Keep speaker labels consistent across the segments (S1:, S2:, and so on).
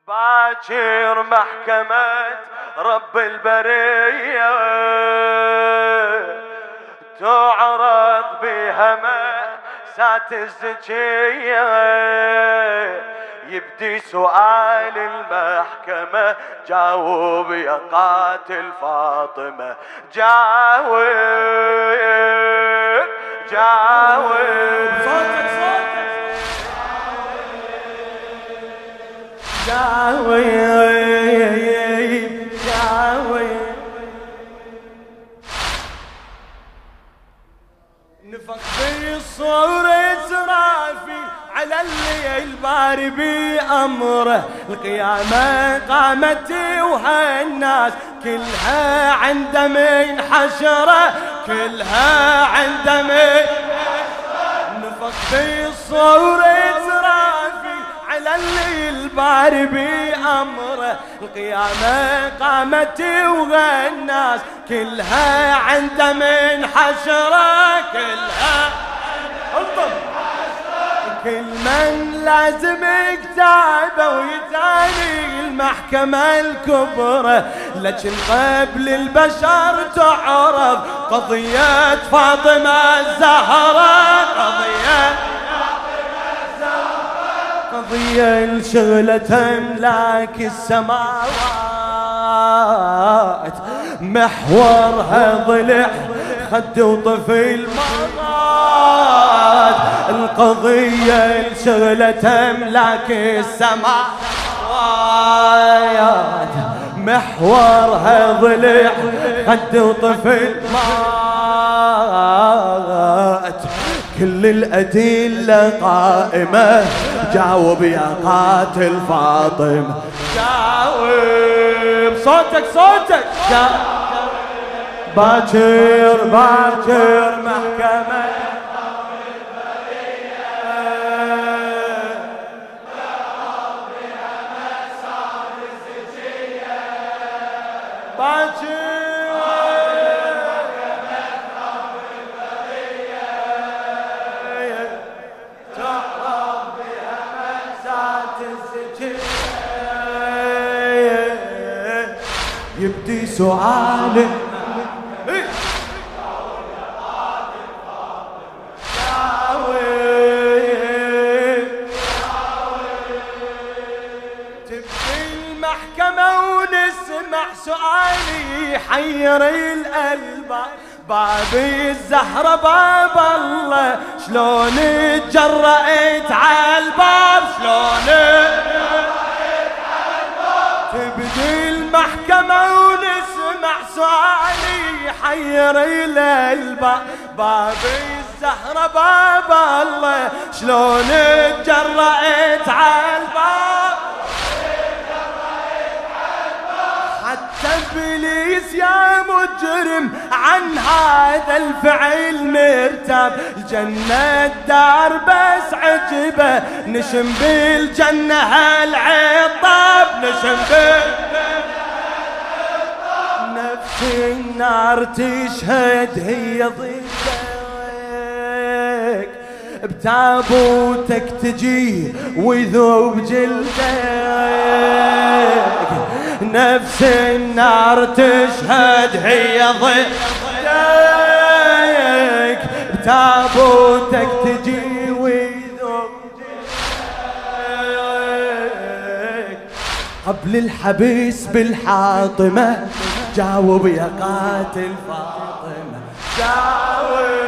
S1: باكر محكمة رب البرية تعرض بها مأساة الزكية. يبدي سؤال المحكمة جاوب يا قاتل فاطمة، جاوب جاوب
S2: صوتك جاوب جاوب. نفخ بالصور إسرافيل على الليل باري بأمره، القيامة قامت وهالناس كلها عند من حشره، كلها عند من نفخ بالصور إسرافيل على الليل باري بأمره، القيامة قامت وهالناس كلها عند من حشره، كلها كل من لازم كتابه ويتاني المحكمة الكبرى، لكن قبل البشر تعرض قضية فاطمة الزهراء، قضية انشغلت أملاك السماوات، محورها ضلع خد وطفل مرات، القضية انشغلت أملاك السماوات، محورها ضلع خد وطفل مات، كل الأدلة قائمة، جاوب يا قاتل فاطمة، جاوب صوتك باكر محكمة يبدي سؤال تبدي المحكمة ونسمع سؤالي يحير القلب، باب الزهرة باب الله شلون تجرأت عالباب، شلون تبدي المحكمة ونسمع سؤالي يحير القلب، باب الزهرة باب الله شلون تجرأت عالباب، حتى ابليس يا مجرم عن هذا الفعل مرتاب، الجنة الدار بس عجبه نشم بالجنة هالعطاب، نشم نفس النار تشهد هي ضدك، بتابوتك تجي ويذوب جلدك، نفس النار تشهد هي ضدك، بتابوتك تجي ويذوب جلدك، قبل الحبيس بالحاطمة، جاوب يا قاتل فاطمة، جاوب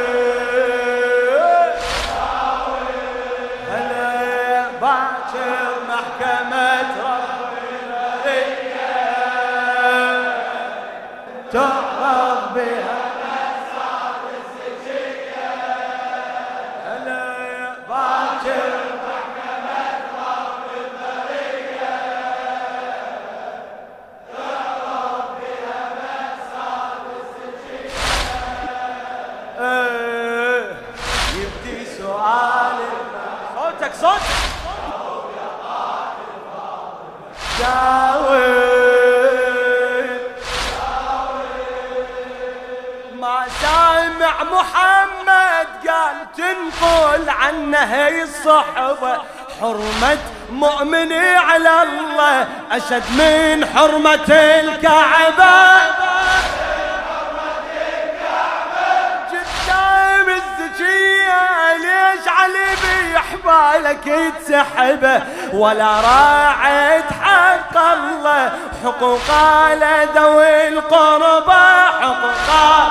S2: هلا باكر محكمة رب البرية تعرض بها مأساة الزكية، هلا باكر محكمة رب البرية تعرض بها مأساة الزكية. يبدي سؤال صوتك جاوب ما سامع محمد قال تنقل عنه هي الصحبة، حرمة مؤمني على الله أشد من حرمة الكعبة. قدام الزكية ليش علي بيحبالك يتسحبه ولا راعت حق الله حقوق ذوي القربى حقوق.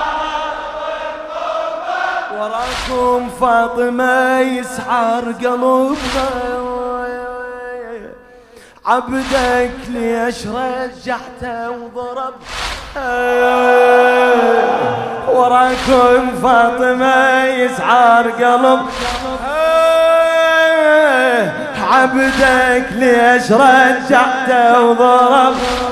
S2: وراكم فاطمة يسحر قلبها عبدك ليش رجعته وضرب. وراكم فاطمة يسحر قلب عبدك ليش رجعته وضرب.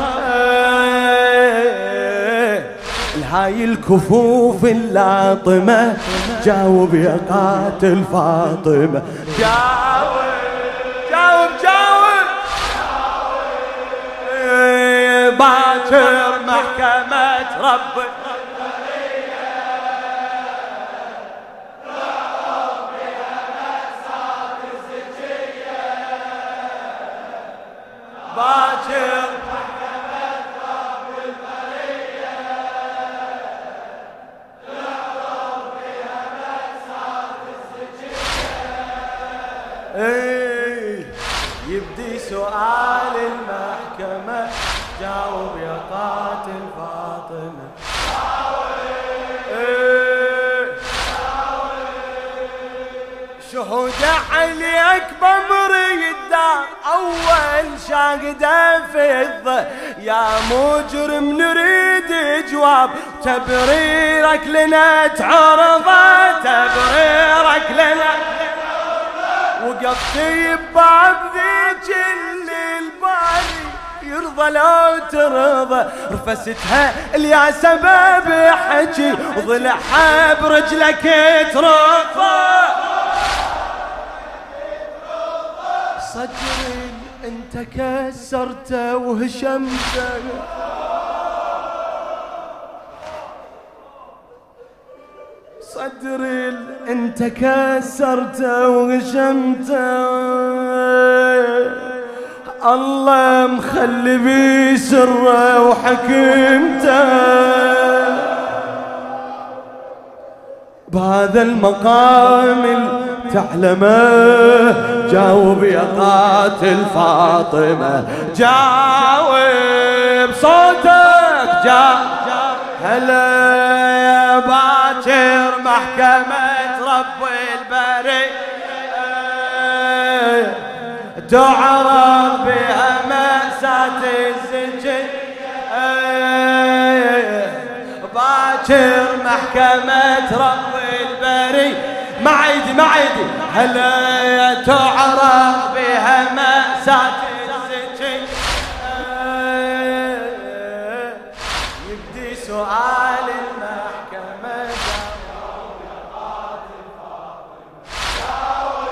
S2: هاي الكفوف اللاطمة جاوب يا قاتل فاطمة. جاوب جاوب جاوب باكر محكمة ربك. باكر يبدي سؤال المحكمة جاوب يا قاتل فاطمة. شهود علي أكبر مريد دار أول شاهدة فضة يا مجرم نريد جواب تبريرك لنا تعرضه تبريرك لنا. وقفت بباب ذيك اللي البالي يرضى لو ترضى رفستها اليا سبب حكي وضلعها برجلك ترضى. صدري انت كسرته وهشمته صدري انت كسرته وهشمته الله مخلي بي سره وحكمته. بهذا المقام تعلمه جاوب يا قاتل فاطمة. جاوب صوتك جاوب. هلا يا باكر محكمة رب البري تعرض بها مأساة الزكي. باكر محكمة رب البري معيدي هلا تعرض بها مأساة الزكي. يبدي سؤال المحكمة جاوب يا قاتل فاطمة.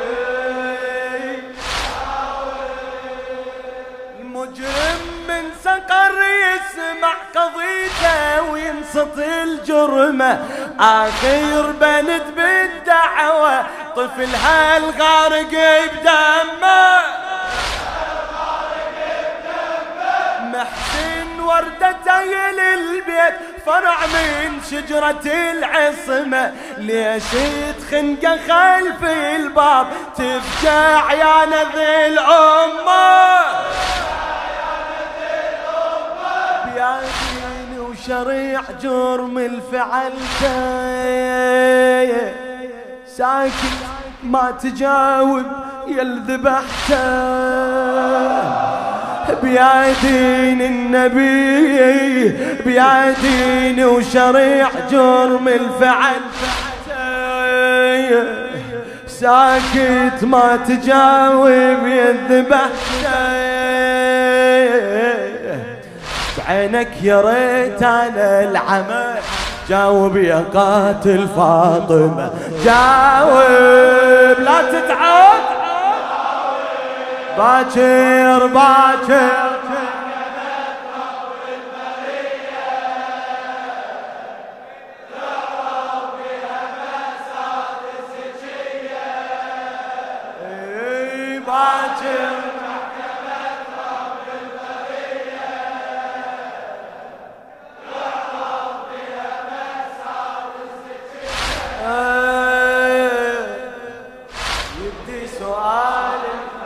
S2: المجرم من سقر يسمع قضيته وينصت الجرمة آخر بند بالدعوة طفلها الغارق بدمه. محسن وردته للبيت فرع من شجرة العصمة ليش تخنقه خلف الباب تفجع يا نذي الأمة. يا دين وشريع جرم الفعلته ساكت ما تجاوب يلذبحته. بيدين النبي بيدين وشريع جرم الفعل ساكت ما تجاوب يذبح. بعينك يا ريت انا العمى جاوب يا قاتل فاطمة. جاوب لا تتعب باكر باكر يبدي سؤال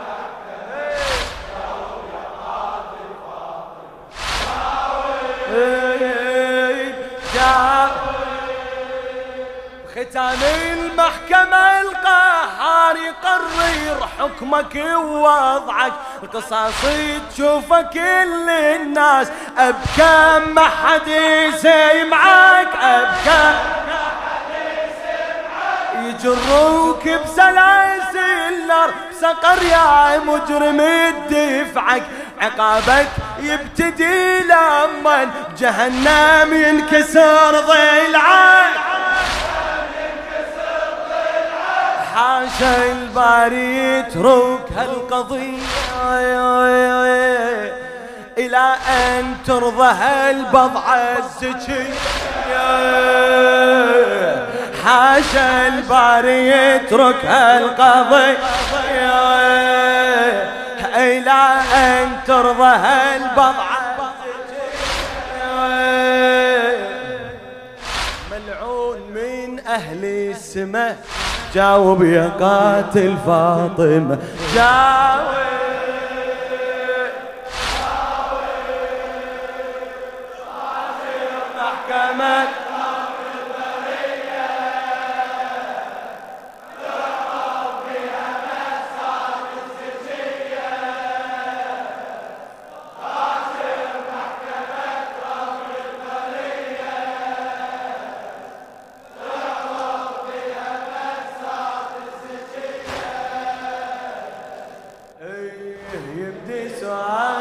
S2: ختام المحكمة القهار يقرر حكمك ووضعك القصاصي تشوفه كل الناس أبكام ما حد يسمعك أبكام يجروك بسلاسل نار سقر يا مجرم الدفعك عقابك يبتدي لما جهنم ينكسر ضلعك حاشا الباري يترك هالقضية إلى أن ترضى هالبضعة الزكية حاشا الباري يترك هالقضية إلى أن ترضى هالبضعة ملعون من أهل السماء جاوب يا قاتل فاطمة جاوب محكمة يبدي سؤال